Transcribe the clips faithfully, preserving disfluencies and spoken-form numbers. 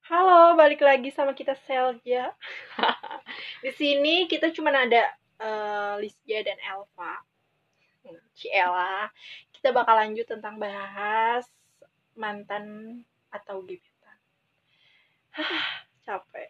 Halo, balik lagi sama kita Selja. Di sini kita cuma ada uh, Lisja dan Elva. Ciela. Kita bakal lanjut tentang bahas mantan atau gebetan. Capek.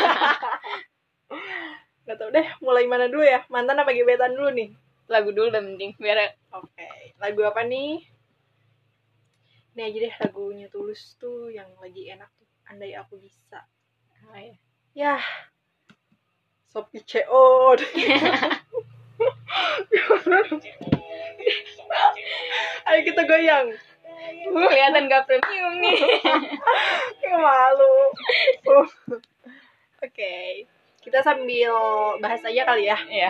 Gak tau deh, mulai mana dulu ya? Mantan apa gebetan dulu nih? Lagu dulu udah mending biar. Oke, okay. Lagu apa nih? Ini aja deh, lagunya Tulus tuh yang lagi enak tuh. Andai Aku Bisa. Oh, ya. Yah, Sophie C O. Ayo kita goyang. Kelihatan gak premium nih. Malu. Oke, okay. Kita sambil bahas aja kali ya. Iya.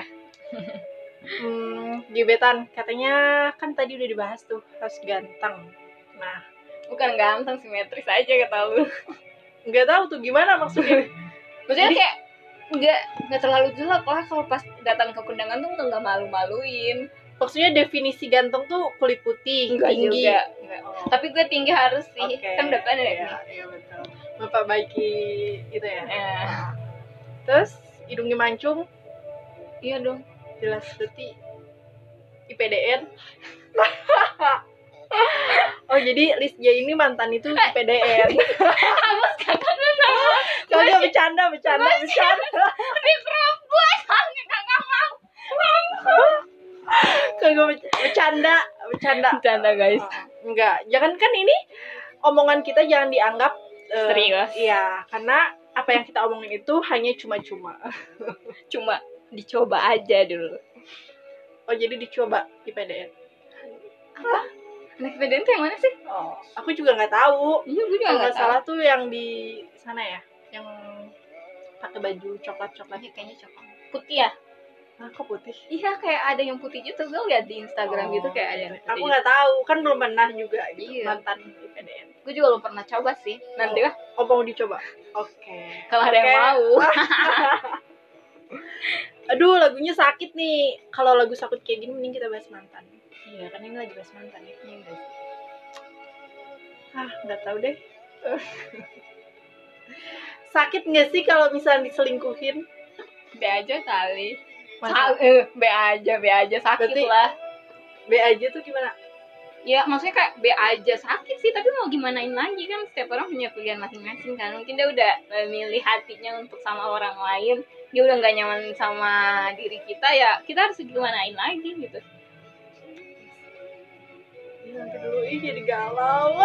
Hmm, gebetan katanya kan tadi udah dibahas tuh harus ganteng. Nah, bukan ganteng, simetris aja kata lu. Nggak tahu tuh gimana maksudnya. Maksudnya kayak nggak nggak terlalu jelek lah, kalau pas datang ke kondangan tuh nggak malu-maluin. Maksudnya definisi ganteng tuh kulit putih, enggak tinggi. Juga. Enggak. Oh. Tapi gue tinggi harus sih. Okay. Kan depan ada. Iya, iya betul. Bapak baiki itu ya. Ya. Terus hidungnya mancung. Iya dong. Jelas berarti I P D N. Oh jadi Lisja ini mantan itu I P D N. Apa sekarang nama? Kagak bercanda, bercanda, bercanda. Di grup gue kagak mau. Kagak bercanda, bercanda. Bercanda guys. Oh, enggak, jangan kan ini omongan kita jangan dianggap uh, serius. Iya, karena apa yang kita omongin itu hanya cuma-cuma. Cuma dicoba aja dulu. Oh jadi dicoba I P D N. Apa? Anak I P D N tuh yang mana sih? Oh, aku juga nggak tahu. Iya, gue juga nggak tahu. Salah tuh yang di sana ya, yang pakai baju coklat-coklat. Iya, kayaknya coklat. Putih ya? Ah, kok putih? Iya, kayak ada yang putih gitu. Gue lihat di Instagram oh, gitu kayak ada yang putih. Aku nggak tahu, kan belum pernah juga gitu, iya. Mantan I P D N. Gue juga belum pernah coba sih. Nanti lah. Oh, oh mau dicoba? Oke. Okay. Kalau okay. ada yang mau. Aduh, lagunya sakit nih. Kalau lagu sakit kayak gini mending kita bahas mantan. Iya, kan ini lagi bahas mantan ya. Iya, guys. Ah, nggak tahu deh. Sakit nggak sih kalau misalnya diselingkuhin? B aja kali. Sa- eh, B aja, B aja sakit. Berarti, lah. B aja tuh gimana? Ya, maksudnya kayak B aja sakit sih, tapi mau gimanain lagi kan? Setiap orang punya pilihan masing-masing kan. Mungkin dia udah memilih hatinya untuk sama orang lain. Dia udah nggak nyaman sama diri kita, ya kita harus gimanain lagi gitu. Nanti dulu ih jadi galau.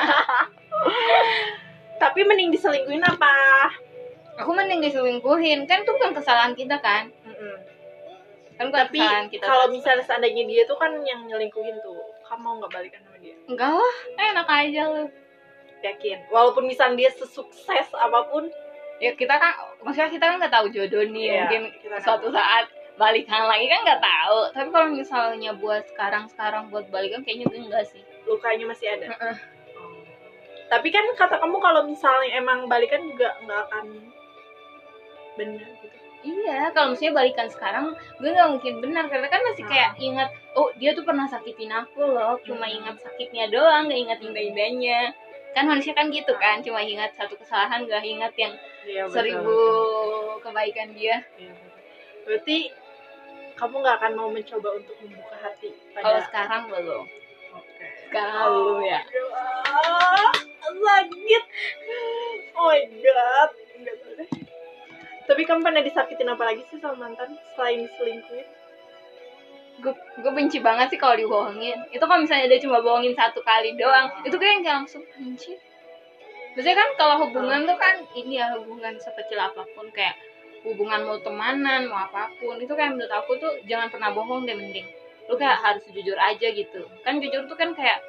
Tapi mending diselingkuhin apa? Aku mending diselingkuhin, kan itu bukan kesalahan kita kan. Mm-mm. Kan bukan tapi kesalahan kita. Kalau misalnya seandainya dia tuh kan yang nyelingkuhin tuh, kamu mau nggak balikan sama dia? Enggak lah, enak aja lu. Yakin? Walaupun misalnya dia sesukses apapun, ya kita kan, maksudnya kita kan nggak tahu jodoh nih, yeah, mungkin suatu tahu. Saat balikan lagi kan nggak tahu. Tapi kalau misalnya buat sekarang-sekarang buat balikan kayaknya gue enggak sih. Lukanya masih ada. Uh-uh. Oh. Tapi kan kata kamu kalau misalnya emang balikan juga nggak akan benar gitu. Iya, kalau misalnya balikan sekarang gue nggak mungkin benar karena kan masih kayak nah. Ingat, oh dia tuh pernah sakitin aku loh, cuma hmm. ingat sakitnya doang, nggak ingat indah-indahnya. Kan manusia kan gitu kan, cuma ingat satu kesalahan, nggak ingat yang ya, betul, seribu betul. Kebaikan dia. Ya, berarti kamu nggak akan mau mencoba untuk membuka hati pada... Kalau sekarang belum. Oke. Okay. Sekarang oh, belum ya. Ah, sakit. Oh my god. Enggak tahu deh. Tapi kamu pernah disakitin apa lagi sih sama mantan selain diselingkuhin? Gue gue benci banget sih kalau dibohongin. Itu kalau misalnya dia cuma bohongin satu kali doang, oh. Itu kayak yang langsung benci. Biasanya kan kalau hubungan oh. tuh kan ini ya, hubungan sekecil apapun, kayak hubungan mau temanan, mau apapun, itu kayak menurut aku tuh jangan pernah bohong deh, mending lu kayak harus jujur aja gitu. Kan jujur tuh kan kayak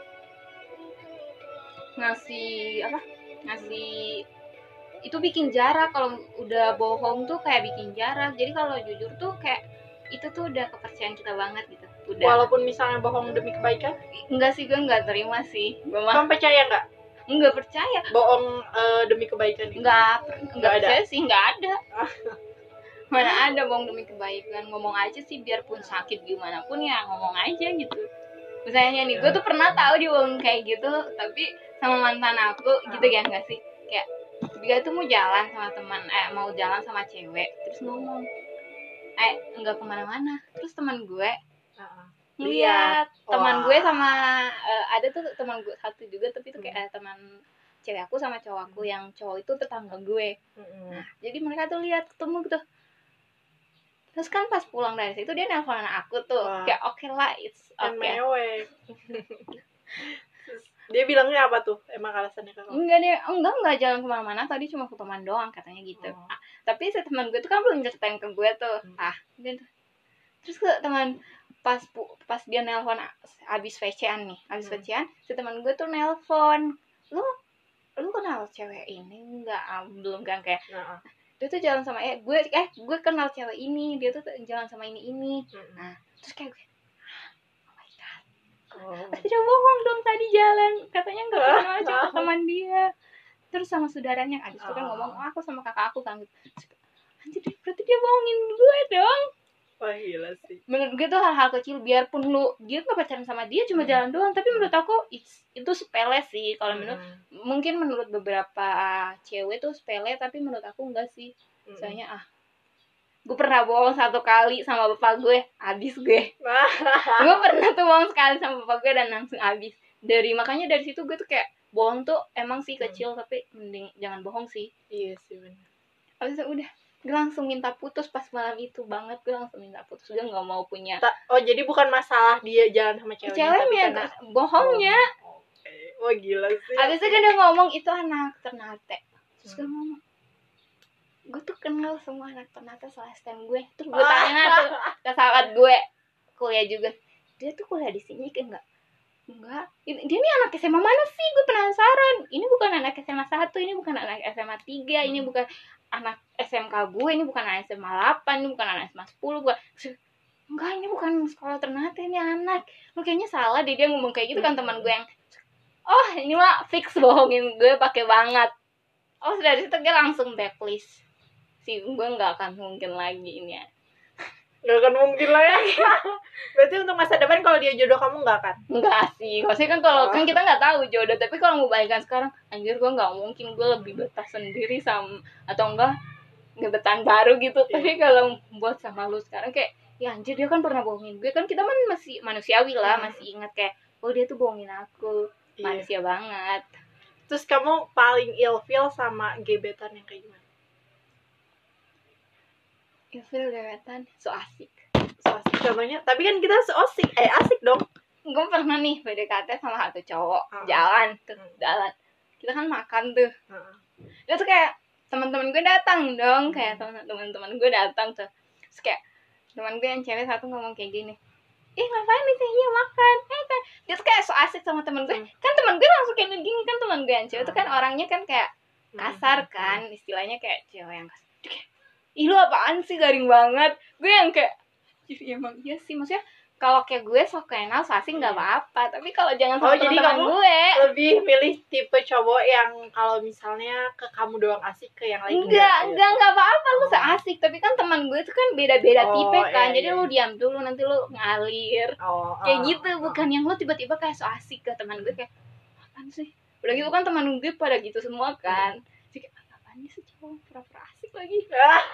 ngasih apa? Ngasih itu bikin jarak. Kalau udah bohong tuh kayak bikin jarak. Jadi kalau jujur tuh kayak itu tuh udah kepercayaan kita banget gitu. Udah. Walaupun misalnya bohong demi kebaikan? Enggak sih, gue enggak terima sih. Gue mah. Kamu percaya enggak? Enggak percaya. Bohong uh, demi kebaikan itu? Enggak, enggak ada sih, enggak ada. Mana ada bohong demi kebaikan. Ngomong aja sih, biarpun sakit gimana pun ya ngomong aja gitu. Misalnya nih, gue tuh pernah tahu dia bohong kayak gitu, tapi sama mantan aku gitu ya, enggak sih? Kayak dia tuh mau jalan sama teman eh mau jalan sama cewek terus ngomong eh enggak kemana-mana terus teman gue Uh-uh. ngeliat teman Wah. gue sama uh, ada tuh teman gue satu juga tapi itu kayak Hmm. eh, teman cewek aku sama cowok aku Hmm. yang cowok itu tetangga gue. Hmm. Nah jadi mereka tuh lihat ketemu gitu terus kan pas pulang dari situ dia nelfon aku tuh. Wah. Kayak oke okay lah it's Kan oke okay. mewek. Terus dia bilangnya apa tuh emang alasannya ke kamu? enggak dia enggak enggak jalan kemana-mana tadi cuma ke teman doang katanya gitu. Oh. Ah, tapi si teman gue tuh kan belum ceritain ke gue tuh. Hmm. Ah dan terus ke teman pas pas dia nelpon abis V C-an nih abis Hmm. V C-an si teman gue tuh nelpon lu lu kenal cewek ini enggak ah, belum kan kayak Nah, dia tuh jalan sama eh gue eh gue kenal cewek ini dia tuh jalan sama ini ini hmm. nah terus kayak gue oh my god Oh. tidak bohong dong tadi jalan katanya nggak kenal cuma teman dia terus sama saudaranya abis itu kan ngomong oh aku sama kakak aku kan anjir berarti dia bohongin gue dong. Wah gila sih. Menurut gue tuh hal-hal kecil biarpun lu dia nggak pacaran sama dia cuma Hmm. jalan doang tapi menurut aku it's, itu sepele sih kalau Hmm. menurut mungkin menurut beberapa cewek tuh sepele tapi menurut aku enggak sih. Hmm. Soalnya ah gue pernah bohong satu kali sama bapak gue habis gue gue pernah tuh bohong sekali sama bapak gue dan langsung habis dari makanya dari situ gue tuh kayak bohong tuh emang sih kecil hmm. tapi mending jangan bohong sih. Iya sih benar. Habis itu udah gue langsung minta putus pas malam itu banget gue langsung minta putus gue nggak mau punya. Oh jadi bukan masalah dia jalan sama ceweknya ceweknya karena... bohongnya. Oh, okay. Wah gila sih. Habis itu dia ngomong itu anak Ternate terus gue ngomong gue tuh kenal semua anak Ternate soal S T M gue terus gue tanya tuh ke sahabat gue kuliah juga dia tuh kuliah di sini kan enggak enggak dia nih anak S M A mana sih gue penasaran ini bukan anak S M A satu ini bukan anak S M A tiga ini bukan anak S M K gue ini bukan anak S M A delapan ini bukan anak S M A sepuluh gue enggak ini bukan sekolah Ternate ini anak lu kayaknya salah deh dia ngomong kayak gitu kan teman gue yang oh ini mah fix bohongin gue pakai banget. Oh dari situ gue langsung backlist sih gue nggak akan mungkin lagi ini ya nggak akan mungkin lah ya. Berarti untuk masa depan kalau dia jodoh kamu nggak akan? Nggak sih maksudnya kan kalau oh. kan kita nggak tahu jodoh tapi kalau mau balikan sekarang anjir gue nggak mungkin gue lebih betah sendiri sama atau enggak ngebetan baru gitu yeah. Tapi kalau buat sama lu sekarang kayak ya anjir dia kan pernah bohongin gue kan kita kan masih manusiawi lah masih ingat kayak oh dia tuh bohongin aku yeah. Manusia banget. Terus kamu paling ilfeel sama gebetan yang kayak gimana? Ilfeel gebetan so asik. So asik contohnya, tapi kan kita so asik, eh asik dong. Gue pernah nih P D K T sama satu cowok uh-huh. jalan tuh uh-huh. jalan. Kita kan makan tuh. Uh-huh. Dia tuh kayak teman-teman gue datang dong, uh-huh. kayak teman-teman gue datang tuh. Terus kayak teman gue yang cewek satu ngomong kayak gini. Ih ngapain nih iya makan eh kan dia tuh kayak so asik sama teman gue hmm. kan teman gue langsung kayak gini kan teman gue yang cewek tuh kan orangnya kan kayak kasar kan istilahnya kayak cewek yang kasar kayak ih lu apaan sih garing banget gue yang kayak iya emang iya sih maksudnya kalau kayak gue sok kenal so asik nggak apa-apa tapi kalau jangan sama oh, teman gue lebih milih tipe cowok yang kalau misalnya ke kamu doang asik ke yang lain enggak enggak enggak, enggak apa-apa lu oh. so asik tapi kan teman gue tuh kan beda-beda oh, tipe kan iya, jadi iya. Lu diam dulu nanti lu ngalir oh, kayak oh, gitu bukan oh. Yang lu tiba-tiba kayak so asik ke teman gue kayak apaan sih udah gitu kan teman gue pada gitu semua kan jadi apaan sih cowok pura-pura asik lagi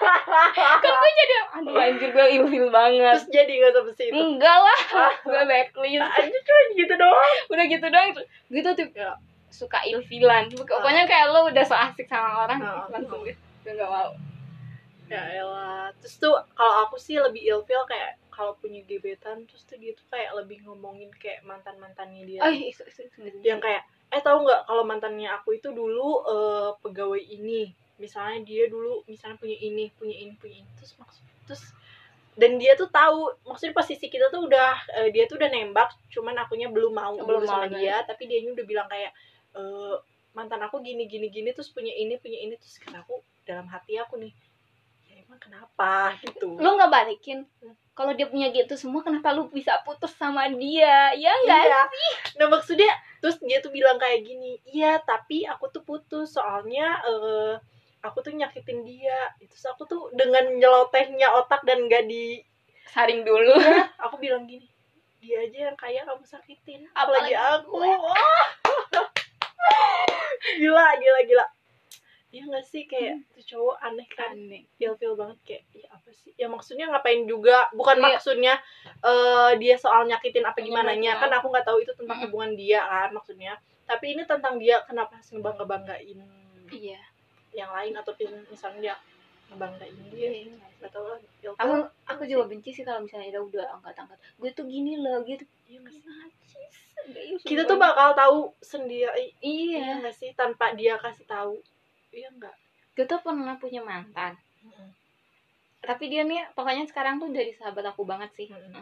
kan gue jadi aduh anjir gue ilfil banget terus jadi gak sampai situ enggak lah gue backlist anjir cuma gitu doang udah gitu doang gitu tuh ya, suka ilfilan pokoknya kayak lo udah so asik sama orang oh, langsung gue gue gak mau ya elah terus tuh kalau aku sih lebih ilfil kayak kalau punya gebetan terus tuh dia tuh kayak lebih ngomongin kayak mantan mantannya dia oh, isu, isu, isu, isu. yang kayak eh tahu nggak kalau mantannya aku itu dulu uh, pegawai ini misalnya dia dulu misalnya punya ini punya ini punya ini terus maksud terus dan dia tuh tahu maksudnya posisi kita tuh udah uh, dia tuh udah nembak cuman akunya belum mau belum sama dia tapi dianya udah bilang kayak uh, mantan aku gini gini gini terus punya ini punya ini terus kata aku dalam hati aku nih ya emang kenapa gitu lu nggak balikin hmm. Kalau dia punya gitu semua kenapa lu bisa putus sama dia ya nggak iya. sih nah maksudnya terus dia tuh bilang kayak gini iya tapi aku tuh putus soalnya uh, aku tuh nyakitin dia itu aku tuh dengan nyelotehnya otak dan gak di saring dulu ya, aku bilang gini dia aja yang kayak kamu sakitin apalagi aku oh. gila gila gila Iya nggak sih, kayak tuh cowok aneh kan, Aneh. feel-feel banget kayak ya apa sih ya, maksudnya ngapain juga, bukan Iya. maksudnya uh, dia soal nyakitin apa gimana nya Iya. kan, aku nggak tahu itu tentang Mm-mm. hubungan dia kan maksudnya, tapi ini tentang dia kenapa harus ngebangga-banggain Iya. yang lain, atau misalnya dia ngebanggain dia, Iya, nggak tahu lah. aku aku juga benci sih kalau misalnya dia udah angkat-angkat gue tuh gini loh gitu. Iya nggak sih? Najis. Nggak, Kita tuh bakal tahu sendiri. Iya. Iya nggak sih, tanpa dia kasih tahu. Iya nggak? Gue tuh pernah punya mantan. Mm-hmm. Tapi dia nih pokoknya sekarang tuh dari sahabat aku banget sih. Mm-hmm.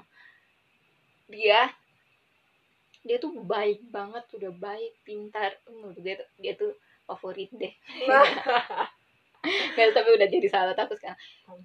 Dia dia tuh baik banget, udah baik, pintar. Menurut dia tuh dia tuh favorit deh. Nggak, tapi udah jadi sahabat aku sekarang.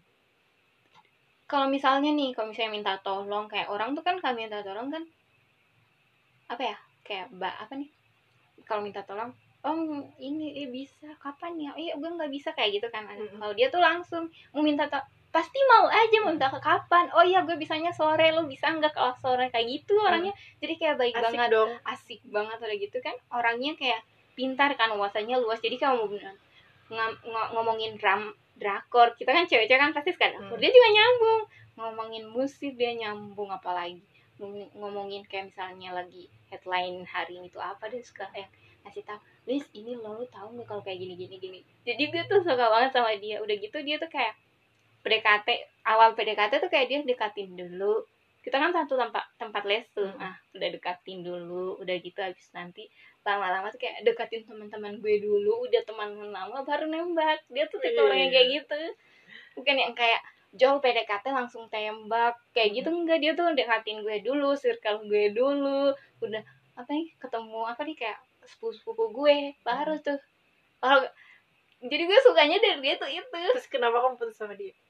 Kalau misalnya nih, kalau misalnya minta tolong kayak orang tuh kan, kami minta tolong kan apa ya, kayak mbak apa nih, kalau minta tolong oh ini eh bisa kapan ya, iya gue nggak bisa kayak gitu kan. Mm-hmm. Kalau dia tuh langsung mau minta to- pasti mau aja mau minta ke kapan, oh iya gue bisanya sore, lo bisa nggak kalau sore, kayak gitu orangnya. Mm. Jadi kayak baik asik banget dong. Asik banget udah gitu kan, orangnya kayak pintar kan, wawasannya luas. Jadi kalau mau ng- ng- ngomongin dram drakor, kita kan cewek-cewek kan pasti suka drakor, hmm. dia juga nyambung. Ngomongin musik dia nyambung, apalagi ngomongin kayak misalnya lagi headline hari ini tuh apa, dia suka yang ngasih tahu, Liz ini lo, lo tahu nggak kalau kayak gini gini gini. Jadi gue tuh suka banget sama dia. Udah gitu dia tuh kayak P D K T, awal P D K T tuh kayak dia dekatin dulu, kita kan satu tempat tempat les tuh, hmm. ah udah dekatin dulu, udah gitu habis nanti lama-lama tuh kayak dekatin teman-teman gue dulu, udah teman lama baru nembak. Dia tuh tipe orang yang kayak gitu, bukan yang kayak jauh P D K T langsung tembak kayak gitu, enggak. Dia tuh dekatin gue dulu, circle gue dulu, udah apa nih, ketemu apa nih kayak sepupu-sepupu gue baru tuh. Oh, jadi gue sukanya dari dia tuh itu. Terus kenapa kamu putus sama dia?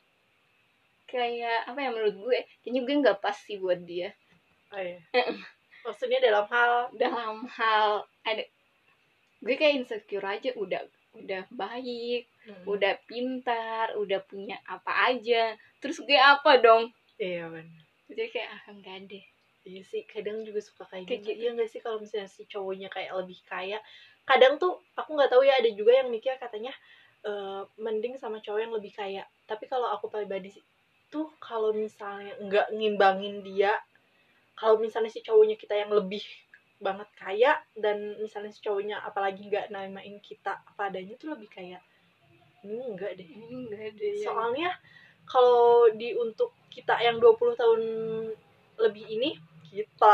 Kayak apa ya, menurut gue kayaknya gue nggak pas sih buat dia. Oh iya. Maksudnya dalam hal dalam hal ada, gue kayak insecure aja. Udah udah baik, hmm. udah pintar, udah punya apa aja, terus gue apa dong? Iya benar. Jadi kayak ah enggak deh. Iya sih, kadang juga suka kayak, kayak gitu. Iya nggak sih, kalau misalnya si cowoknya kayak lebih kaya, kadang tuh aku nggak tahu ya, ada juga yang mikir katanya uh, mending sama cowok yang lebih kaya. Tapi kalau aku pribadi sih tuh, kalau misalnya nggak ngimbangin dia, kalau misalnya si cowoknya kita yang lebih banget kaya, dan misalnya si cowoknya apalagi nggak naimain kita apa adanya, tuh lebih kayak ini enggak deh, ini enggak deh. Soalnya kalau di untuk kita yang dua puluh tahun lebih ini, kita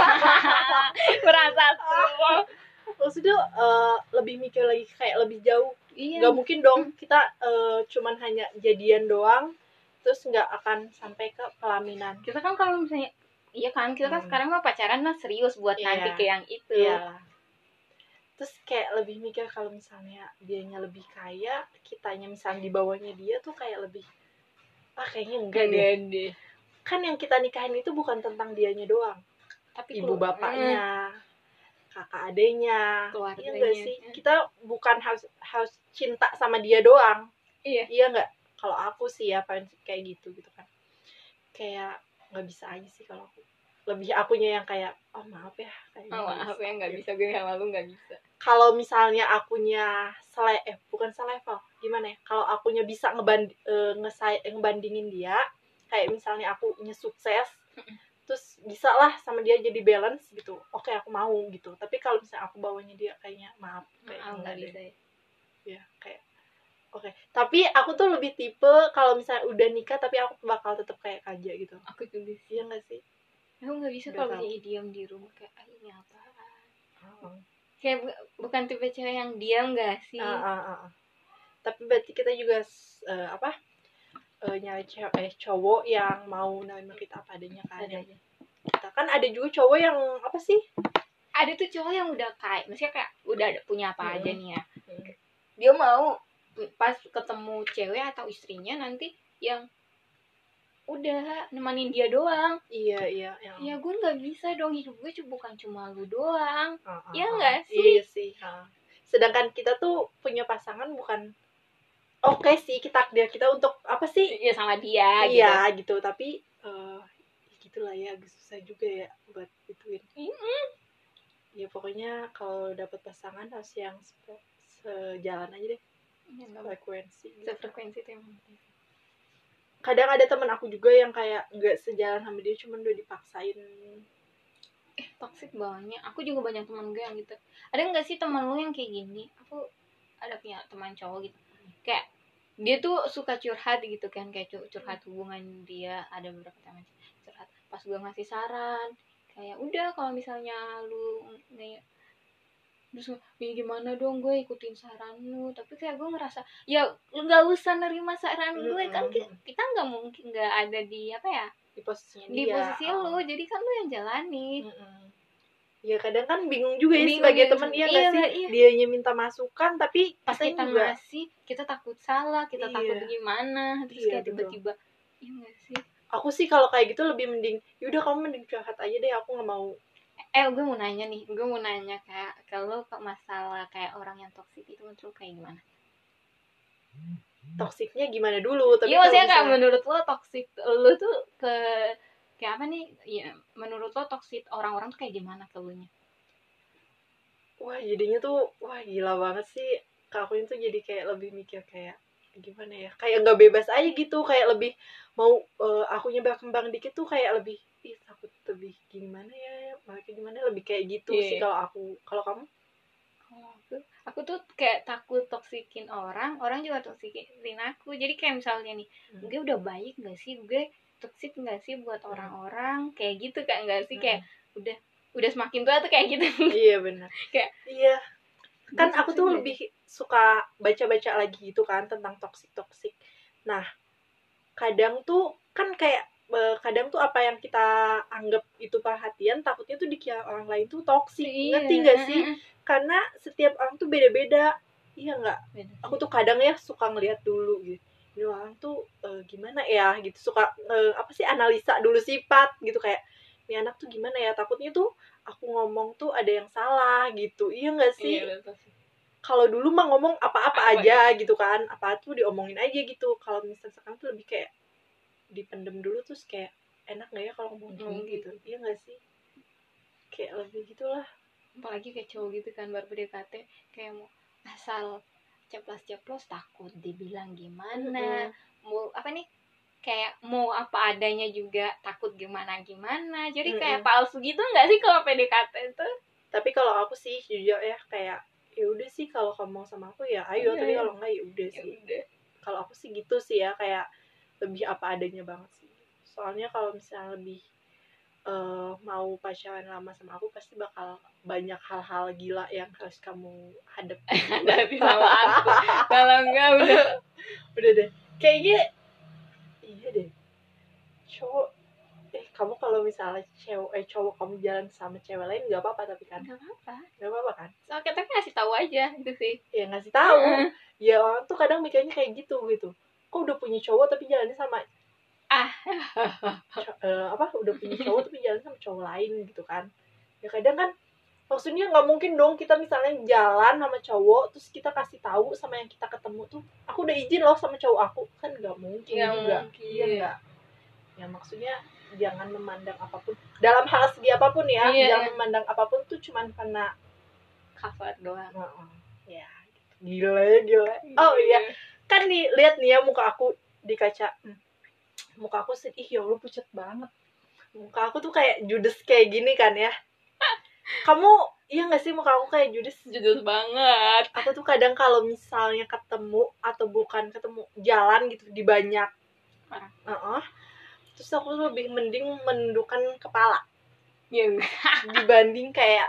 merasa tua. Maksudnya uh, lebih mikir lagi, kayak lebih jauh. Iya. Gak mungkin dong kita uh, cuman hanya jadian doang terus nggak akan sampai ke pelaminan. Kita kan kalau misalnya iya kan, kita kan hmm. sekarang mah pacaran mah serius buat yeah. nanti ke yang itu. Iya. Terus kayak lebih mikir kalau misalnya dianya lebih kaya, kitanya misalnya di bawahnya dia, tuh kayak lebih ah kayaknya enggak deh. deh. Kan yang kita nikahin itu bukan tentang dianya doang, tapi ibu bapaknya, hmm. kakak adenya, iya enggak sih? Kita bukan harus harus cinta sama dia doang. Iya. Iya enggak? Kalau aku sih ya kayak gitu gitu kan. Kayak nggak bisa aja sih kalau aku. Lebih akunya yang kayak oh maaf ya, kayak oh maaf ya nggak bisa, gue sama lu nggak bisa. Kalau misalnya akunya sele eh bukan selevel, gimana ya? Kalau akunya bisa ngeband e, ngesay ngebandingin dia, kayak misalnya aku punya sukses, terus bisa lah sama dia jadi balance gitu. Oke, aku mau gitu. Tapi kalau misalnya aku bawanya dia kayaknya maaf, kayak oh, nggak bisa ya. Ya kayak oke, okay. Tapi aku tuh lebih tipe kalau misalnya udah nikah tapi aku bakal tetap kayak Kaja gitu. Aku juga sih. Iya nggak sih? Aku nggak bisa kalau misalnya diam di rumah kayak ah, ini apaan? Oh. Kayak bu- bukan tipe cewek yang diam nggak sih? Uh, uh, uh. Tapi berarti kita juga uh, apa? Uh, nyari cewek eh, cowok yang mau nerima kita apa adanya kan? Ada. Kita kan ada juga cowok yang apa sih? Ada tuh cowok yang udah kayak, maksudnya kayak udah punya apa hmm. aja nih ya. Hmm. Dia mau pas ketemu cewek atau istrinya nanti yang udah nemanin dia doang. Iya iya. Yang... ya gue nggak bisa dong, hidup gue bukan cuma lu doang. Uh, uh, ya nggak sih? Iya sih. Uh. Sedangkan kita tuh punya pasangan bukan oke okay sih, kita dia kita untuk apa sih? Iya sama dia. Iya gitu. gitu. Tapi uh, gitulah ya, agak susah juga ya buat ituin. Mm-hmm. Ya pokoknya kalau dapet pasangan harus yang se- sejalan aja deh. Ya, nggak- frekuensi gitu. sefrekuensi tuh emang. Kadang ada teman aku juga yang kayak nggak sejalan sama dia, cuman udah dipaksain. Eh toxic banget. Aku juga banyak teman gue yang gitu. Ada nggak sih teman lu yang kayak gini? Aku ada punya teman cowok gitu. Kayak dia tuh suka curhat gitu kan, kayak cur- curhat hubungan dia, ada beberapa teman curhat. Pas gue ngasih saran, kayak udah kalau misalnya lu nih terus ya gimana dong gue ikutin saran lu, tapi kayak gue ngerasa ya nggak usah nerima saran gue kan, ki- kita nggak mungkin nggak ada di apa ya Di posisinya di dia. posisi lu, jadi kan lu yang jalani. Mm-mm. Ya kadang kan bingung juga ya Bingung sebagai ya, teman, iya iya, nggak sih, iya. dianya minta masukan tapi Pas kita kita juga ngasih kita takut salah, kita Iya. takut gimana, terus Iya, kayak betul. tiba-tiba iya nggak sih. Aku sih kalau kayak gitu lebih mending yaudah kamu mending curhat aja deh, aku nggak mau. Eh gue mau nanya nih, gue mau nanya kayak kalau masalah kayak orang yang toksik itu menurut lu kayak gimana? Toksiknya gimana dulu, tapi Iya kalau maksudnya kayak misalnya menurut lo toksik lu tuh ke kayak apa nih? Ya menurut lo toksik orang-orang tuh kayak gimana ke lu nya? wah jadinya tuh wah gila banget sih, aku itu jadi kayak lebih mikir kayak gimana ya, kayak nggak bebas aja gitu, kayak lebih mau uh, akunya berkembang dikit tuh kayak lebih ih takut lebih gimana ya, mereka gimana, lebih kayak gitu Iya. sih kalau aku. Kalau kamu? Kalau aku, aku tuh kayak takut toksikin orang, orang juga toksikin aku. Jadi kayak misalnya nih, Hmm. gue udah baik gak sih, gue toksik gak sih buat Hmm. orang-orang, kayak gitu kan gak sih, Hmm. kayak udah udah semakin tua tuh kayak gitu. Iya benar. Kayak iya kan gue aku toxic tuh gak lebih sih? suka baca-baca lagi gitu kan tentang toksik toksik. Nah kadang tuh kan kayak eh, kadang tuh apa yang kita anggap itu perhatian, takutnya tuh dikira orang lain tuh toksik. Iya. Ngerti nggak sih? Karena setiap orang tuh beda-beda. Iya nggak? Beda Aku sih. tuh kadang ya suka ngeliat dulu gitu, ini orang tuh eh, gimana ya gitu, suka eh, apa sih, analisa dulu sifat gitu, kayak ini anak tuh gimana ya, takutnya tuh aku ngomong tuh ada yang salah gitu. Iya nggak sih? Iya betul sih. Kalau dulu mah ngomong apa-apa Apa aja gitu kan, apa tuh diomongin aja gitu. Kalau misalnya sekarang tuh lebih kayak dipendem dulu, terus kayak enak nggak ya kalau ngomong Ngomong gini gitu. Iya nggak sih? Kayak lebih gitulah. Apalagi kayak cowok gitu kan baru P D K T, kayak mau asal ceplos-ceplos takut dibilang gimana, Mm-mm. mau apa nih, kayak mau apa adanya juga takut gimana gimana, jadi kayak Mm-mm. palsu gitu nggak sih kalau P D K T itu? Tapi kalau aku sih jujur ya, kayak ya udah sih kalau kamu mau sama aku ya ayo, Iya, tapi iya. kalau enggak ya udah Ya sih. udah. Kalau aku sih gitu sih ya, kayak lebih apa adanya banget sih. Soalnya kalau misalnya lebih uh, mau pacaran lama sama aku, pasti bakal banyak hal-hal gila yang harus kamu hadapi. Hadapi sama aku. Kalau enggak udah Udah deh. Kayaknya iya deh. Cowok eh kamu kalau misalnya cewek eh cowok kamu jalan sama cewek lain nggak apa-apa, tapi kan nggak apa-apa. nggak apa-apa kan? Soalnya kita kan ngasih tahu aja itu sih. Ya ngasih tahu. Heeh. Ya orang tuh kadang mikirnya kayak gitu gitu. Kok udah punya cowok tapi jalannya sama Ah. co- eh, apa udah punya cowok tapi jalan sama cowok lain gitu kan? Ya kadang kan maksudnya nggak mungkin dong kita misalnya jalan sama cowok terus kita kasih tahu sama yang kita ketemu tuh aku udah izin loh sama cowok aku, kan nggak mungkin Nggak juga. mungkin. Iya nggak? Ya maksudnya jangan memandang apapun dalam hal segi apapun ya, Iya. jangan memandang apapun tuh cuman karena Cover doang. uh, uh, ya gitu. Gila ya gila. Oh iya kan nih, lihat nih ya muka aku di kaca. Hmm. Muka aku sedih ya Allah, pucat banget. Muka aku tuh kayak judes kayak gini kan ya. Kamu iya nggak sih muka aku kayak judes? Judul banget. Aku tuh kadang kalau misalnya ketemu atau bukan ketemu jalan gitu di banyak orang, uh-uh, terus aku tuh lebih mending menundukkan kepala ya dibanding kayak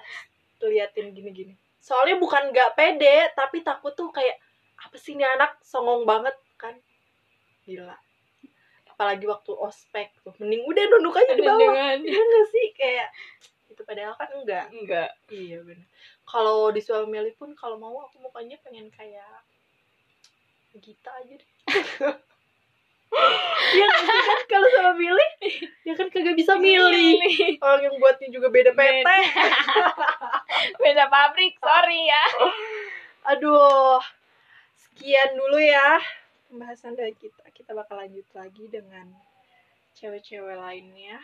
liatin gini-gini. Soalnya bukan nggak pede, tapi takut tuh kayak apa sih ini anak songong banget kan, gila. Apalagi waktu ospek tuh, mending udah nunduk aja di bawah. Iya nggak sih, kayak itu padahal kan enggak. Enggak. Iya benar. Kalau disuruh milih pun kalau mau aku mukanya pengen kayak Gita aja deh. Iya nggak sih kan, kalau sama milih ya kan kagak bisa milih. Orang yang buatnya juga beda P T. Beda pabrik, sorry ya. Aduh, sekian dulu ya pembahasan dari kita. Kita bakal lanjut lagi dengan cewek-cewek lainnya,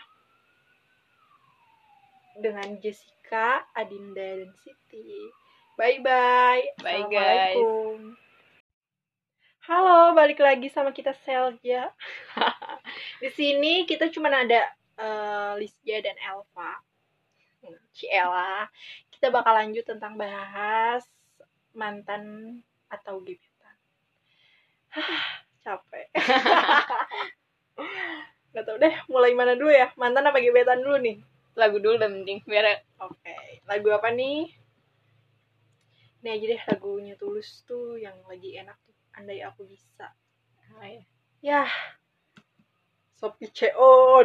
dengan Jessica, Adinda, dan Siti. Bye bye. Bye, guys. Assalamualaikum. balik lagi sama kita Selja. Di sini kita cuma ada uh, Lisja dan Elva. Ciela. Kita bakal lanjut tentang bahas mantan atau gebetan. Hah, capek. Gak tau deh, mulai mana dulu ya? Mantan apa gebetan dulu nih? Lagu dulu udah mending biar. Oke, okay. Lagu apa nih? Ini aja deh, lagunya Tulus tuh yang lagi enak tuh. Andai Aku Bisa. Oh, ya. Yah, Sopi C O.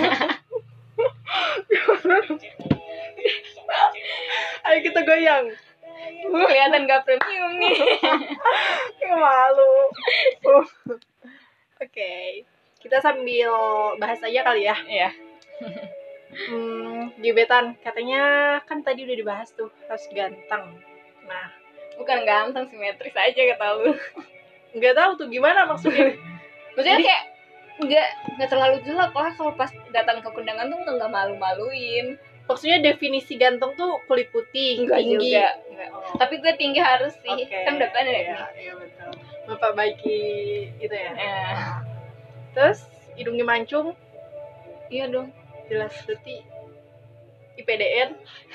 Ayo kita goyang. Kelihatan gak premium nih. Malu. Oke, okay. Kita sambil bahas aja kali ya. Iya. Hmm, gebetan katanya kan tadi udah dibahas tuh, harus ganteng. Nah, bukan ganteng, simetris aja kata lu. Nggak tahu tuh gimana maksudnya. Maksudnya Jadi, kayak nggak nggak terlalu jelek lah, kalau pas datang ke kondangan tuh nggak malu-maluin. Maksudnya definisi ganteng tuh kulit putih, enggak tinggi. Juga. Enggak. Oh. Tapi gue tinggi harus sih. Okay. Kan depan ya. Iya, iya betul. Bapak baiki itu ya. Ya. Terus hidungnya mancung. Iya dong. Jelas berarti I P D N.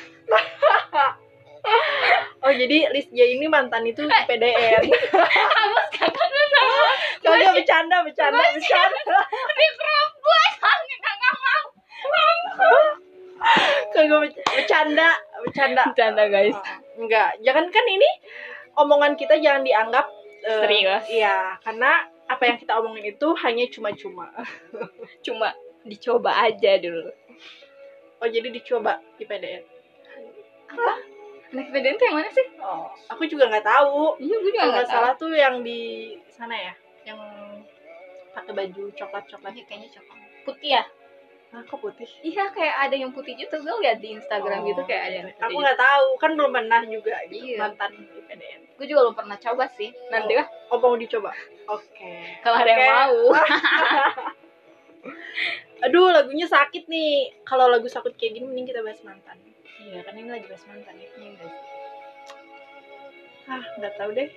Oh jadi Lisja ini mantan itu I P D N. Kamu sekarang kenapa? Kagak bercanda, bercanda, bercanda. Di perempuan, kagak mau. Kagak bercanda, bercanda. Bercanda guys. Oh, enggak, jangan kan ini omongan kita jangan dianggap uh, serius. Iya, karena apa yang kita omongin itu hanya cuma-cuma. Cuma dicoba aja dulu. Oh jadi dicoba I P D N. Apa? Anak I P D N tuh yang mana sih? Oh, aku juga nggak tahu. Iya, gue juga nggak tahu. Salah tuh yang di sana ya, yang pakai baju coklat-coklat. Ya, kayaknya coklat. Putih ya? Nah, kok putih? Iya, kayak ada yang putih gitu. Gue lihat di Instagram oh, gitu kayak ada yang putih. Aku nggak tahu, kan belum pernah juga gitu, iya. Mantan I P D N. Gue juga belum pernah coba sih. Nanti lah. Oh, oh mau dicoba? Oke. Okay. Kalau ada okay. yang mau. Aduh, lagunya sakit nih. Kalau lagu sakit kayak gini mending kita bahas mantan. Iya, kan ini lagi bahas mantan ya. Iya, guys. Ah, nggak tahu deh.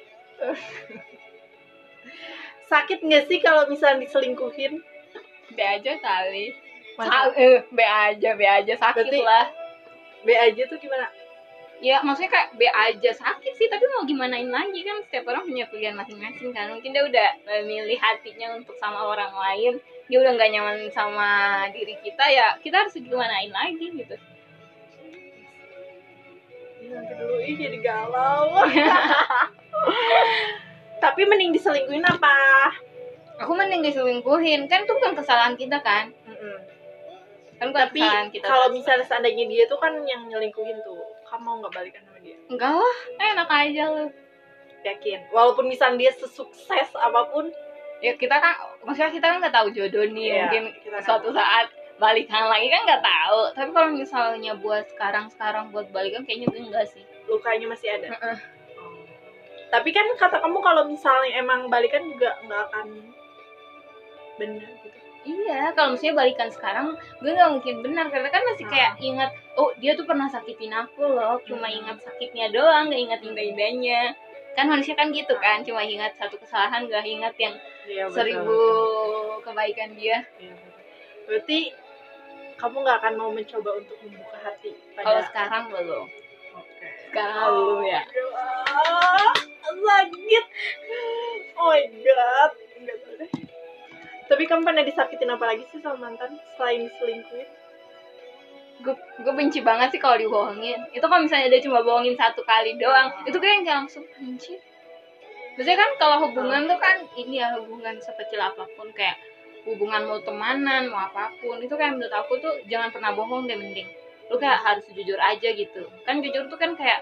Sakit nggak sih kalau misalnya diselingkuhin? B aja kali. Sa- eh, B aja, B aja sakit berarti, lah. B aja tuh gimana? Ya, maksudnya kayak B aja sakit sih, tapi mau gimanain lagi kan? Setiap orang punya pilihan masing-masing kan. Mungkin dia udah memilih hatinya untuk sama orang lain. Dia udah nggak nyaman sama diri kita, ya kita harus gimanain lagi gitu. Nanti dulu ih jadi galau. Tapi mending diselingkuhin apa? Aku mending diselingkuhin, kan itu bukan kesalahan kita kan. Mm-mm. Kan bukan tapi kesalahan kita. Kalau misalnya seandainya dia tuh kan yang nyelingkuhin tuh, kamu mau nggak balikan sama dia? Enggak lah, enak aja lu. Yakin? Walaupun misalnya dia sesukses apapun, ya kita kan, maksudnya kita kan nggak tahu jodoh nih, yeah, mungkin suatu tahu. Saat balikan lagi kan nggak tahu. Tapi kalau misalnya buat sekarang-sekarang buat balikan kayaknya gue enggak sih. Lukanya masih ada. Uh-uh. Oh. Tapi kan kata kamu kalau misalnya emang balikan juga nggak akan benar gitu. Iya, kalau misalnya balikan sekarang gue nggak mungkin benar karena kan masih kayak nah. ingat, oh dia tuh pernah sakitin aku loh, cuma hmm. ingat sakitnya doang, nggak ingat indah-indahnya. Kan manusia kan gitu kan, cuma ingat satu kesalahan, nggak ingat yang ya, betul, seribu betul. Kebaikan dia. Ya, berarti kamu nggak akan mau mencoba untuk membuka hati pada... Kalau sekarang belum. Okay. Sekarang oh, belum ya. Ah, sakit. Oh my god. Enggak tahu deh. Tapi kamu pernah disakitin apa lagi sih sama mantan selain diselingkuhin? Gue gue benci banget sih kalau dibohongin. Itu kalau misalnya dia cuma bohongin satu kali doang, oh. itu kayak langsung benci. Biasanya kan kalau hubungan oh. tuh kan ini ya, hubungan sekecil apapun, kayak hubungan mau temanan, mau apapun, itu kayak menurut aku tuh jangan pernah bohong deh, mending lu kayak harus jujur aja gitu. Kan jujur tuh kan kayak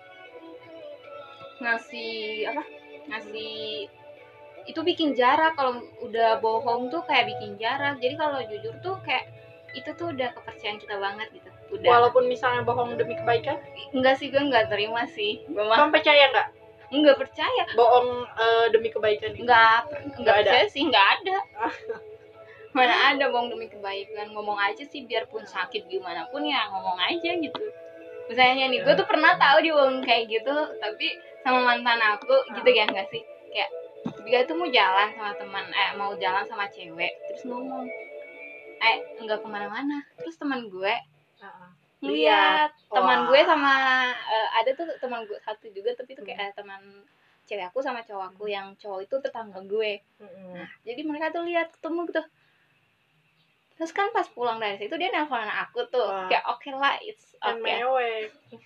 ngasih apa? Ngasih itu bikin jarak. Kalau udah bohong tuh kayak bikin jarak. Jadi kalau jujur tuh kayak itu tuh udah kepercayaan kita banget gitu. Udah. Walaupun misalnya bohong demi kebaikan? Enggak sih, gue enggak terima sih. Gue mah. Kamu percaya enggak? Enggak percaya. Bohong uh, demi kebaikan? Enggak, enggak percaya sih, enggak ada. Mana ada bohong demi kebaikan. Ngomong aja sih, biarpun sakit gimana pun ya ngomong aja gitu. Misalnya nih, gue tuh pernah tahu dibohong kayak gitu, tapi sama mantan aku gitu ya, enggak sih? Kayak dia tuh mau jalan sama teman eh mau jalan sama cewek terus ngomong eh enggak kemana-mana terus teman gue Uh-uh. ngeliat teman Wah. gue sama eh, ada tuh teman gue satu juga tapi itu kayak Hmm. eh, teman cewek aku sama cowok aku Hmm. yang cowok itu tetangga gue. Mm-mm. Nah, jadi mereka tuh lihat ketemu gitu. Terus kan pas pulang dari situ dia nelfon aku tuh. Wah. Kayak oke okay lah, it's Kan oke. Okay. mewek.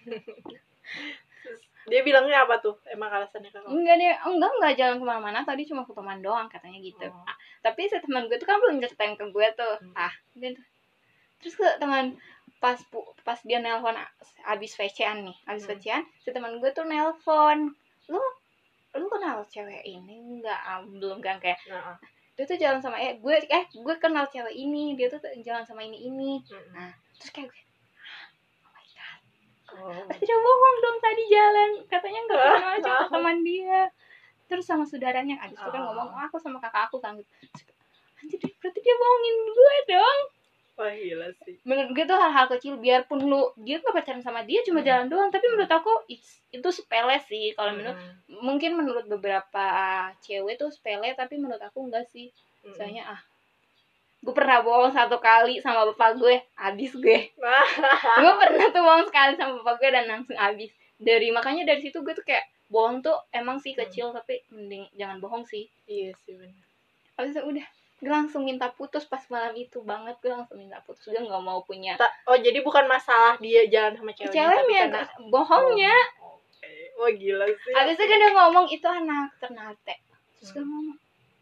Terus dia bilangnya apa tuh? Emang alasannya ke kamu? Enggak dia, enggak enggak jalan kemana-mana. Tadi cuma ke teman doang katanya gitu. Oh. Ah, tapi si teman gue tuh kan belum ceritain ke gue tuh. Hmm. Ah, gitu. Terus ke teman pas pas dia nelpon abis V C-an nih, abis Hmm. V C-an si teman gue tuh nelpon, lu lu kenal cewek ini enggak? Ah, belum kan kayak Nah, dia tuh jalan sama eh gue eh gue kenal cewek ini, dia tuh jalan sama ini ini. mm-mm. Nah, terus kayak gue, oh my god, Oh. tidak bohong dong tadi jalan katanya nggak kenal cuma teman dia. Terus sama saudaranya abis itu kan ngomong oh, aku sama kakak aku kan. Anjir berarti dia bohongin gue dong. Wah gila sih. Menurut gue tuh hal-hal kecil biarpun lu dia nggak pacaran sama dia cuma Hmm. jalan doang tapi menurut aku it's, itu sepele sih kalau menurut Mm-mm. mungkin menurut beberapa cewek tuh sepele tapi menurut aku enggak sih. Mm-mm. Soalnya ah gue pernah bohong satu kali sama bapak gue habis gue gue pernah tuh bohong sekali sama bapak gue dan langsung habis dari makanya dari situ gue tuh kayak bohong tuh emang sih kecil hmm. tapi mending jangan bohong sih. Iya sih benar. Habis itu udah gue langsung minta putus pas malam itu banget gue langsung minta putus gue nggak mau punya. Ta- oh jadi bukan masalah dia jalan sama ceweknya, ceweknya tapi karena bohongnya. Oh, okay. Wah gila sih. Habis itu kan dia ngomong itu anak Ternate terus gue ngomong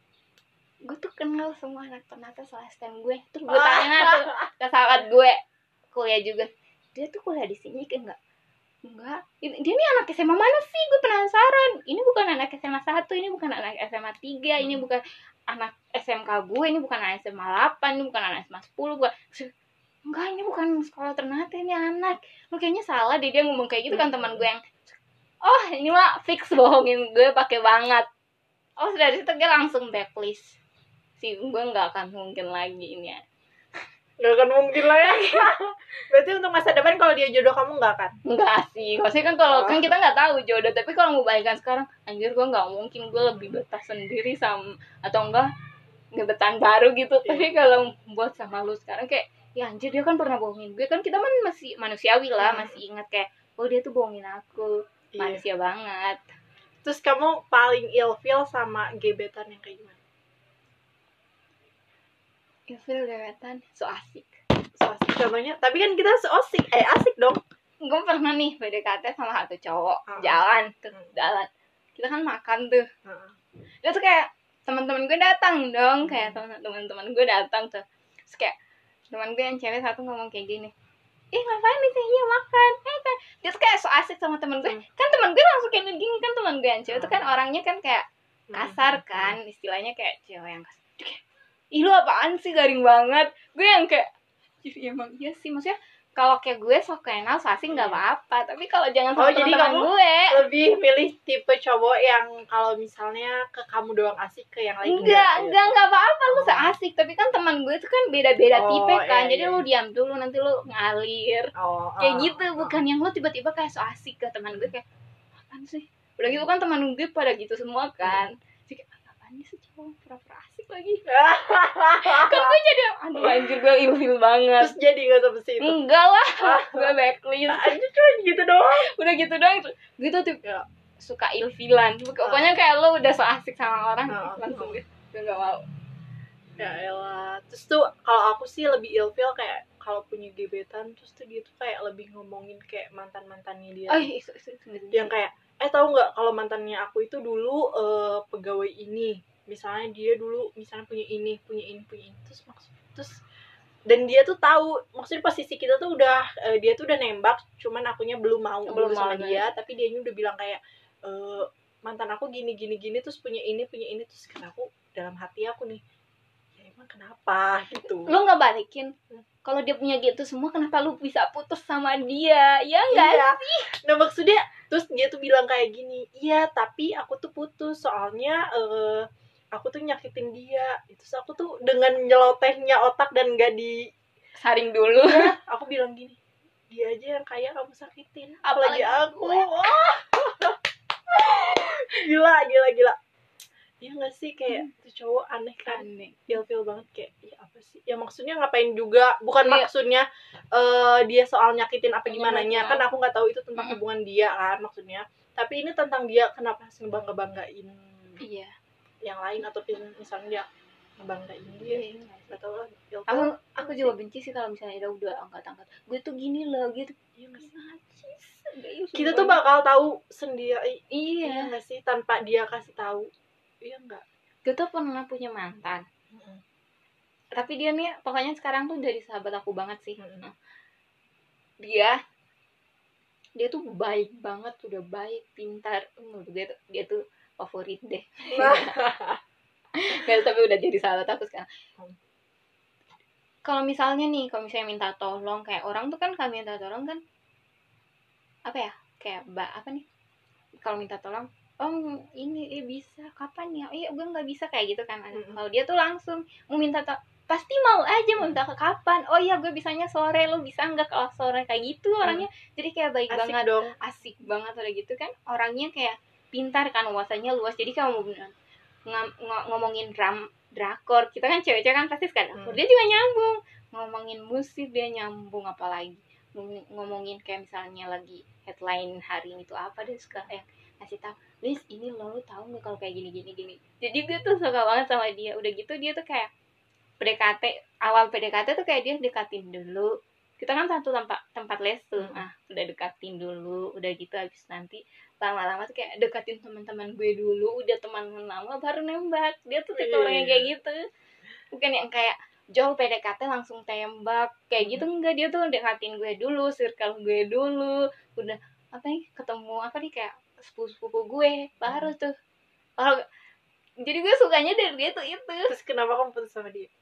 gue tuh kenal semua anak Ternate soal S T M gue. Terus gue tanya tuh ke sahabat gue kuliah juga dia tuh kuliah di sini kan enggak enggak dia nih anak S M A mana sih gue penasaran ini bukan anak S M A satu ini bukan anak S M A tiga ini bukan anak S M K gue ini bukan anak S M A delapan ini bukan anak S M A sepuluh bukan enggak ini bukan sekolah Ternate ini anak lu kayaknya salah deh dia ngomong kayak gitu kan teman gue yang oh ini mah fix bohongin gue pakai banget. Oh dari situ gue langsung backlist sih gue nggak akan mungkin lagi ini ya. Gak akan mungkin lah ya. Berarti untuk masa depan kalau dia jodoh kamu nggak akan? Enggak sih, maksudnya kan kalau oh. kan kita nggak tahu jodoh, tapi kalau mau balikan sekarang, anjir gue nggak mungkin gue lebih betah sendiri sama atau enggak gebetan baru gitu. Yeah. Tapi kalau buat sama lu sekarang kayak, ya anjir dia kan pernah bohongin gue kan kita kan masih manusiawi lah, hmm. masih ingat kayak, oh dia tuh bohongin aku, yeah. manusia banget. Terus kamu paling ilfeel sama gebetan yang kayak gimana? Ilfeel gebetan, so asik. So asik contohnya, tapi kan kita so asik, eh asik dong. Gue pernah nih P D K T sama satu cowok, uh-huh. jalan tuh, uh-huh. jalan. Kita kan makan tuh. Uh-huh. Dia tuh kayak teman-teman gue datang dong, uh-huh. kayak teman-teman gue datang tuh. Terus kayak teman gue yang cewek satu ngomong kayak gini. Ih ngapain nih sih makan? Eh kan dia tuh kayak so asik sama teman gue. Uh-huh. Kan teman gue langsung kayak gini kan teman gue yang cewek uh-huh. tuh kan orangnya kan kayak kasar kan, istilahnya kayak cewek yang kasar. Dia kayak, ih lu apaan sih garing banget. Gue yang kayak ya emang iya sih maksudnya kalau kayak gue sok kenal sasih nggak apa-apa tapi kalau jangan sama oh, teman-teman gue lebih milih tipe cowok yang kalau misalnya ke kamu doang asik ke yang lain enggak enggak enggak apa-apa lu oh. asik tapi kan teman gue itu kan beda-beda oh, tipe kan iya, jadi iya. lu diam dulu nanti lu ngalir oh, kayak oh, gitu oh. bukan yang lu tiba-tiba kayak so asik ke teman gue kayak apaan sih udah gitu kan teman gue pada gitu semua kan jadi kayak apaan sih cowok pura-pura asik lagi kan gue jadi aduh anjir gue ilfil banget terus jadi gak sampai situ enggak lah gue backlist aja cuma gitu doang udah gitu doang gue tuh tuh ya, suka ilfilan pokoknya kayak lo udah so asik sama orang oh, langsung gue gue gak mau ya elah terus tuh kalau aku sih lebih ilfil kayak kalau punya gebetan terus tuh dia tuh kayak lebih ngomongin kayak mantan mantannya dia oh, itu, itu, itu, itu. yang kayak eh tahu nggak kalau mantannya aku itu dulu uh, pegawai ini misalnya dia dulu misalnya punya ini punya ini punya ini terus maksud terus dan dia tuh tahu maksudnya posisi kita tuh udah uh, dia tuh udah nembak cuman akunya belum mau belum sama dia tapi dianya udah bilang kayak uh, mantan aku gini gini gini terus punya ini punya ini terus kata aku dalam hati aku nih ya emang kenapa gitu lu nggak balikin hmm. kalau dia punya gitu semua kenapa lu bisa putus sama dia ya nggak iya. sih nah maksudnya terus dia tuh bilang kayak gini iya tapi aku tuh putus soalnya uh, aku tuh nyakitin dia itu aku tuh dengan nyelotehnya otak dan gak di saring dulu ya, aku bilang gini dia aja yang kayak kamu sakitin apalagi, apalagi aku oh. gila gila gila Iya nggak sih, kayak Hmm. tuh cowok aneh kan, Aneh. feel-feel banget kayak ya apa sih ya, maksudnya ngapain juga, bukan Iya. maksudnya eh, dia soal nyakitin apa gimana nya, Iya, kan aku nggak tahu itu tentang Mm-mm. hubungan dia kan maksudnya, tapi ini tentang dia kenapa harus ngebangga-banggain Iya. yang lain, atau misalnya dia ngebanggain dia, Iya. nggak tahu lah. Aku aku juga benci sih kalau misalnya dia udah angkat-angkat, gue tuh gini loh gitu. Iya nggak sih? Najis. Gak Kita tuh bakal tahu sendiri, Iya. iya nggak sih, tanpa dia kasih tahu. Iya nggak? Gue tuh pernah punya mantan. Mm-mm. Tapi dia nih pokoknya sekarang tuh dari sahabat aku banget sih. Mm-mm. Dia dia tuh baik banget, udah baik, pintar. Menurut dia tuh dia tuh favorit deh. Nah. Gak, tapi udah jadi sahabat aku sekarang. Hmm. Kalau misalnya nih, kalau misalnya minta tolong, kayak orang tuh kan kami minta tolong kan apa ya, kayak mbak apa nih, kalau minta tolong, oh ini eh, bisa kapan ya, iya gue nggak bisa kayak gitu kan. Mm-mm. Kalau dia tuh langsung mau minta to- pasti mau aja, mau minta ke kapan, oh iya gue bisanya sore, lo bisa nggak kalau sore, kayak gitu orangnya. Jadi kayak baik Asik banget dong. asik banget udah gitu kan, orangnya kayak pintar kan, wawasannya luas. Jadi kalau mau ng- ng- ngomongin dram drakor, kita kan cewek-cewek kan pasti suka drakor, Hmm. dia juga nyambung. Ngomongin musik dia nyambung, apalagi Ngom- ngomongin kayak misalnya lagi headline hari ini tuh apa, dia suka yang ngasih tahu, Liz ini lo, lo tahu nggak kalau kayak gini gini gini. Jadi gue tuh suka banget sama dia. Udah gitu dia tuh kayak P D K T, awal P D K T tuh kayak dia dekatin dulu, kita kan satu tempat tempat les tuh. Hmm. Ah udah dekatin dulu, udah gitu habis nanti lama-lama tuh kayak dekatin teman-teman gue dulu, udah teman lama baru nembak. Dia tuh tipe orang yang kayak gitu, bukan yang kayak jauh P D K T langsung tembak kayak gitu, enggak. Dia tuh dekatin gue dulu, circle gue dulu, udah apa nih, ketemu apa nih kayak sepupu-sepupu gue baru tuh. Oh, jadi gue sukanya dari dia tuh itu. Terus kenapa kamu putus sama dia?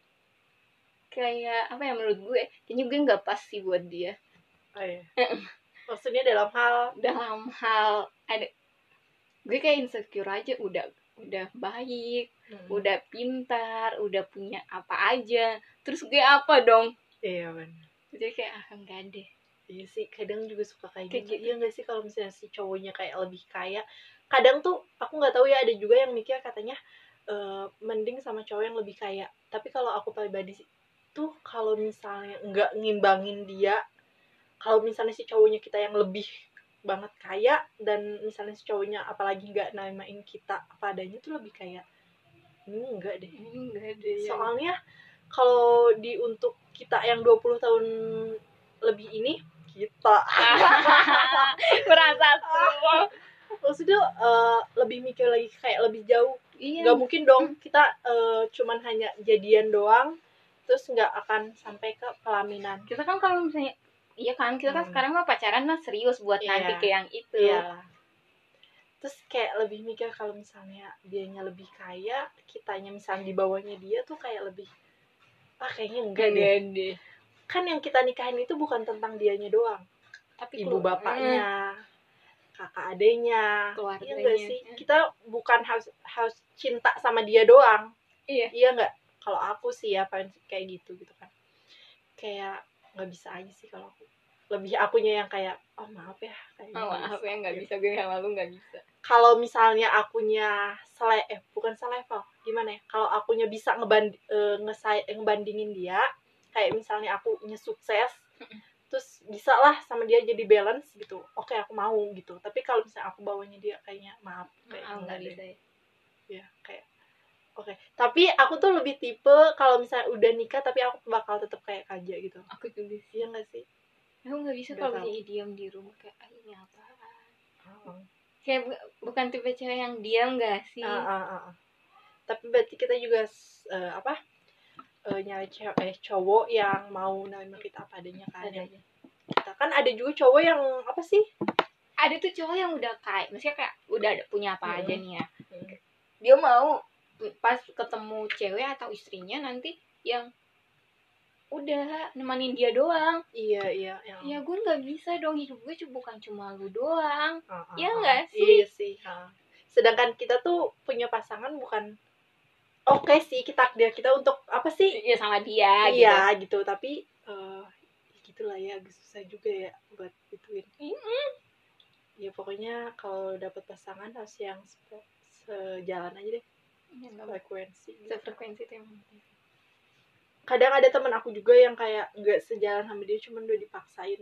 Kayak apa ya, menurut gue kayaknya gue nggak pas sih buat dia. Oh iya. Maksudnya dalam hal Dalam hal ada, gue kayak insecure aja, udah udah baik, hmm. udah pintar, udah punya apa aja, terus gue apa dong? Iya benar. Jadi kayak ah enggak deh. Iya sih, kadang juga suka kayak, Kayak gitu. gitu. Iya nggak sih, kalau misalnya si cowoknya kayak lebih kaya, kadang tuh aku nggak tahu ya, ada juga yang mikir katanya uh, mending sama cowok yang lebih kaya. Tapi kalau aku pribadi sih tuh, kalau misalnya nggak ngimbangin dia, kalau misalnya si cowoknya kita yang lebih banget kaya, dan misalnya si cowoknya apalagi nggak naimain kita apa adanya, tuh lebih kaya, ini enggak deh. Ini enggak deh. Soalnya kalau di untuk kita yang dua puluh tahun lebih ini, kita merasa tuh maksudnya uh, lebih mikir lagi, kayak lebih jauh. iya. Gak mungkin dong kita uh, cuman hanya jadian doang terus nggak akan sampai ke pelaminan. Kita kan kalau misalnya iya kan, kita kan Hmm. sekarang mah pacaran lah serius buat Iya. nanti ke yang itu. Iya. Terus kayak lebih mikir kalau misalnya dianya lebih kaya, kitanya misalnya di bawahnya dia, tuh kayak lebih ah kayaknya enggak deh. Enggak deh. Kan yang kita nikahin itu bukan tentang dianya doang, Tapi ibu kelu- bapaknya, kakak adenya, Keluarganya. iya nggak sih? Kita bukan harus harus cinta sama dia doang. Iya. Iya nggak? Kalau aku sih ya prinsip kayak gitu gitu kan. Kayak nggak bisa aja sih kalau aku. Lebih akunya yang kayak oh maaf ya. Kayak Oh, maaf ya nggak bisa, gue sama lu nggak bisa. Kalau misalnya akunya sele eh bukan selevel, gimana ya? Kalau akunya bisa ngeband e, ngesai ngebandingin dia, kayak misalnya akunya sukses, terus bisa lah sama dia jadi balance gitu, oke aku mau gitu. Tapi kalau misalnya aku bawanya dia, kayaknya maaf kayak Oh, nggak bisa deh. ya. Ya kayak oke. Tapi aku tuh lebih tipe kalau misalnya udah nikah tapi aku bakal tetap kayak Kaja gitu. Aku juga sih. Iya nggak sih? Aku nggak bisa Nggak kalau tahu. misalnya diam di rumah kayak ah, ini apaan. Oh. Kayak bu- bukan tipe cewek yang diam nggak sih? Ah, ah, ah, ah. Tapi berarti kita juga uh, apa uh, nyari cewek eh, cowok yang mau nerima kita apa adanya kan. Ada Yang kita kan ada juga cowok yang apa sih? Ada tuh cowok yang udah kaya, maksudnya kayak udah ada punya apa Hmm. aja nih ya. Hmm. Dia mau pas ketemu cewek atau istrinya nanti yang udah nemanin dia doang. Iya iya. Yang... Ya gue nggak bisa dong, hidup gue cuma bukan cuma lu doang. Ah, ah, Ya ah. nggak sih? Iya sih. Ah. Sedangkan kita tuh punya pasangan bukan oke okay sih, kita dia kita untuk apa sih? Ya sama dia. Iya gitu. gitu. Tapi uh, gitulah ya, agak susah juga ya buat gituin. Mm-hmm. Ya pokoknya kalau dapet pasangan harus yang se- sejalan aja deh. Ya, nggak frekuensi gitu. sefrekuensi itu emang. Kadang ada teman aku juga yang kayak nggak sejalan sama dia, cuman udah dipaksain.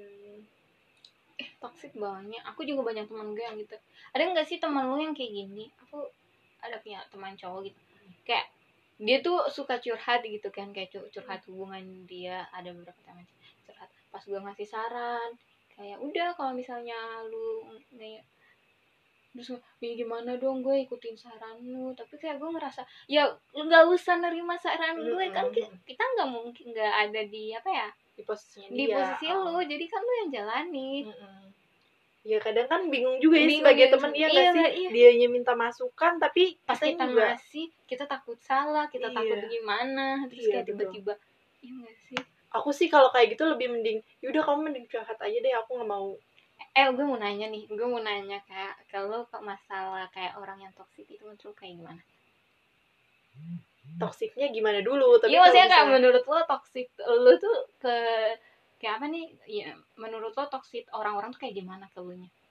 Eh, toxic banget. Aku juga banyak teman gue yang gitu. Ada nggak sih teman lu yang kayak gini? Aku ada punya teman cowok gitu. Kayak dia tuh suka curhat gitu kan, kayak cur- curhat hubungan dia, ada beberapa teman curhat. Pas gue ngasih saran, kayak udah kalau misalnya lu nih terus ya gimana dong gue ikutin saran lu, tapi kayak gue ngerasa ya lu nggak usah nerima saran gue kan, ki- kita nggak mungkin nggak ada di apa ya Di posisinya di dia. posisi Oh. lu, jadi kan lu yang jalani. Mm-mm. Ya kadang kan bingung juga ya Bingung sebagai ya, teman, iya iya, nggak sih, iya. dianya minta masukan tapi Pas kita kita juga ngasih kita takut salah, kita Iya. takut gimana, terus Iya, kayak betul. tiba-tiba iya nggak sih. Aku sih kalau kayak gitu lebih mending yaudah kamu mending curhat aja deh, aku nggak mau. Eh gue mau nanya nih, gue mau nanya kayak kalau masalah kayak orang yang toksik itu menurut lu kayak gimana? Toksiknya gimana dulu, tapi Iya maksudnya kayak misalnya, menurut lo toksik lu tuh ke kayak apa nih ya, menurut lo toksik orang-orang tuh kayak gimana ke lu nya?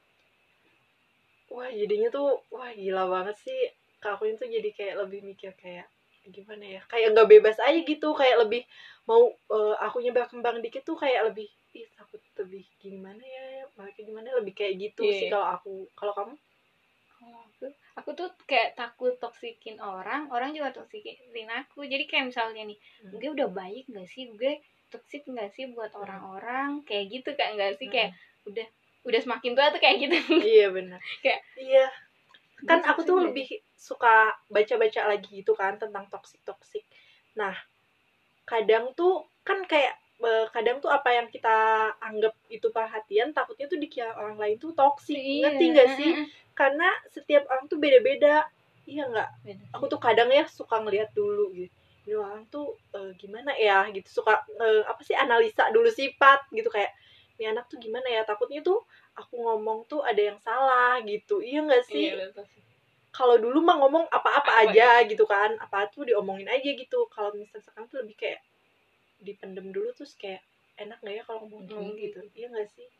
wah jadinya tuh wah gila banget sih, aku itu jadi kayak lebih mikir kayak gimana ya, kayak nggak bebas aja gitu, kayak lebih mau uh, akunya berkembang dikit tuh kayak lebih ih takut lebih gimana ya, mereka gimana, lebih kayak gitu Yeah. sih kalau aku. Kalau kamu? Kalau aku, aku tuh kayak takut toksikin orang, orang juga toksikin aku. Jadi kayak misalnya nih, Hmm. gue udah baik gak sih, gue toksik gak sih buat Hmm. orang-orang, kayak gitu kan gak sih, Hmm. kayak udah udah semakin tua tuh kayak gitu. Iya benar. Kayak iya kan gue aku toxic tuh gak lebih sih? suka baca-baca lagi gitu kan tentang toksik toksik. Nah kadang tuh kan kayak eh, kadang tuh apa yang kita anggap itu perhatian, takutnya tuh dikira orang lain tuh toksik. Iya. Ngerti gak sih? Karena setiap orang tuh beda-beda. Iya nggak? Beda sih. Aku tuh kadang ya suka ngeliat dulu gitu, ini orang tuh eh, gimana ya gitu, suka eh, apa sih, analisa dulu sifat gitu, kayak ini anak tuh gimana ya, takutnya tuh aku ngomong tuh ada yang salah gitu. Iya nggak sih? Iya betul sih. Kalau dulu mah ngomong apa-apa Apa aja gitu kan, apa tuh diomongin aja gitu. Kalau misalnya sekarang tuh lebih kayak dipendem dulu, terus kayak enak nggak ya kalau ngomong gini Ngomong gitu. Iya nggak sih?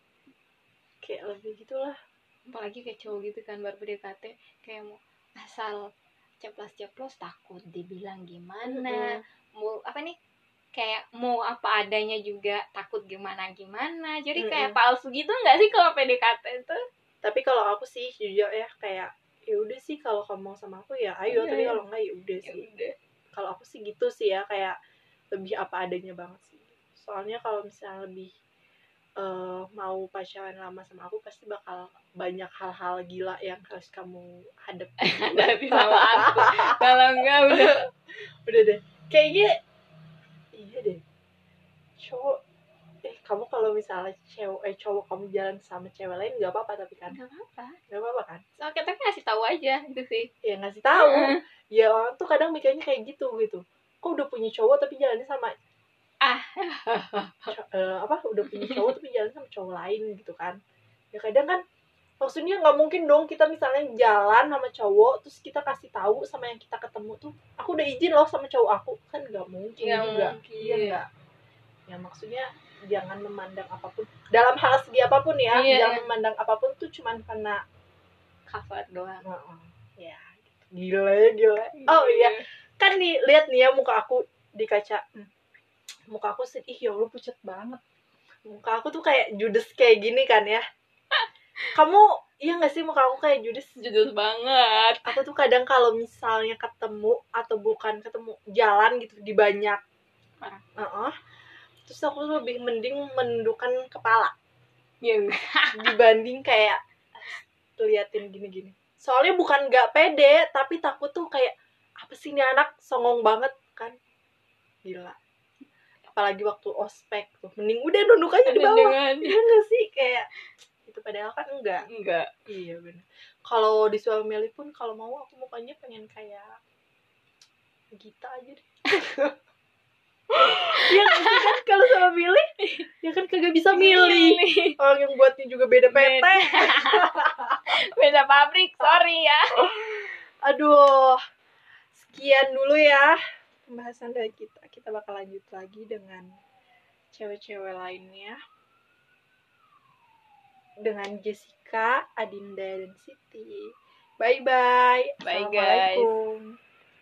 Kayak lebih gitulah. Apalagi kayak cowok gitu kan baru P D K T, kayak mau asal ceplos-ceplos takut dibilang gimana, Mm-mm. mau apa nih, kayak mau apa adanya juga takut gimana gimana, jadi kayak Mm-mm. palsu gitu nggak sih kalau P D K T itu? Tapi kalau aku sih jujur ya, kayak ya udah sih kalau kamu mau sama aku ya ayo, Iya, tapi iya. kalau enggak ya udah Ya sih. udah. Kalau aku sih gitu sih ya, kayak lebih apa adanya banget sih. Soalnya kalau misalnya lebih uh, mau pacaran lama sama aku, pasti bakal banyak hal-hal gila yang harus kamu hadapi. Hadapi sama aku. Kalau enggak udah Udah deh. Kayaknya iya deh. Cowok eh kamu kalau misalnya cewek eh cowok kamu jalan sama cewek lain nggak apa-apa, tapi kan nggak apa-apa. nggak apa-apa kan? Soalnya kita ngasih tahu aja gitu sih. Ya ngasih tahu. Uh-uh. Ya orang tuh kadang mikirnya kayak gitu gitu. Kok udah punya cowok tapi jalannya sama Ah. co- uh, apa udah punya cowok tapi jalan sama cowok lain gitu kan. Ya kadang kan maksudnya nggak mungkin dong kita misalnya jalan sama cowok terus kita kasih tahu sama yang kita ketemu tuh aku udah izin loh sama cowok aku, kan nggak mungkin Nggak juga. mungkin. Iya nggak? Ya maksudnya jangan memandang apapun dalam hal segi apapun ya, Iya, jangan iya. memandang apapun tuh cuman karena Cover doang. uh-uh. Ya gitu. Gila gila. Oh iya, kan nih lihat nih ya muka aku di kaca. Hmm. Muka aku sedih, ya Allah pucat banget. Muka aku tuh kayak judes kayak gini kan ya. Kamu iya nggak sih muka aku kayak judes? Judul banget. Aku tuh kadang kalau misalnya ketemu atau bukan ketemu jalan gitu di banyak, Parah. uh-uh, terus aku tuh lebih mending menundukkan kepala. Iya. Dibanding kayak liatin gini-gini. Soalnya bukan nggak pede, tapi takut tuh kayak apa sih ini anak songong banget kan? Gila. Apalagi waktu ospek tuh, mending udah nunduk aja di bawah. Iya nggak sih, kayak itu padahal kan enggak. Enggak. Iya benar. Kalau disuruh milih pun kalau mau aku mukanya pengen kayak Gita aja deh. Iya kan kalau sama milih ya kan kagak bisa milih. Orang yang buatnya juga beda P T. Beda pabrik, sorry ya. Aduh. Sekian dulu ya pembahasan dari kita. Kita bakal lanjut lagi dengan cewek-cewek lainnya. Dengan Jessica, Adinda, dan Siti. Bye-bye. Bye, guys. Assalamualaikum.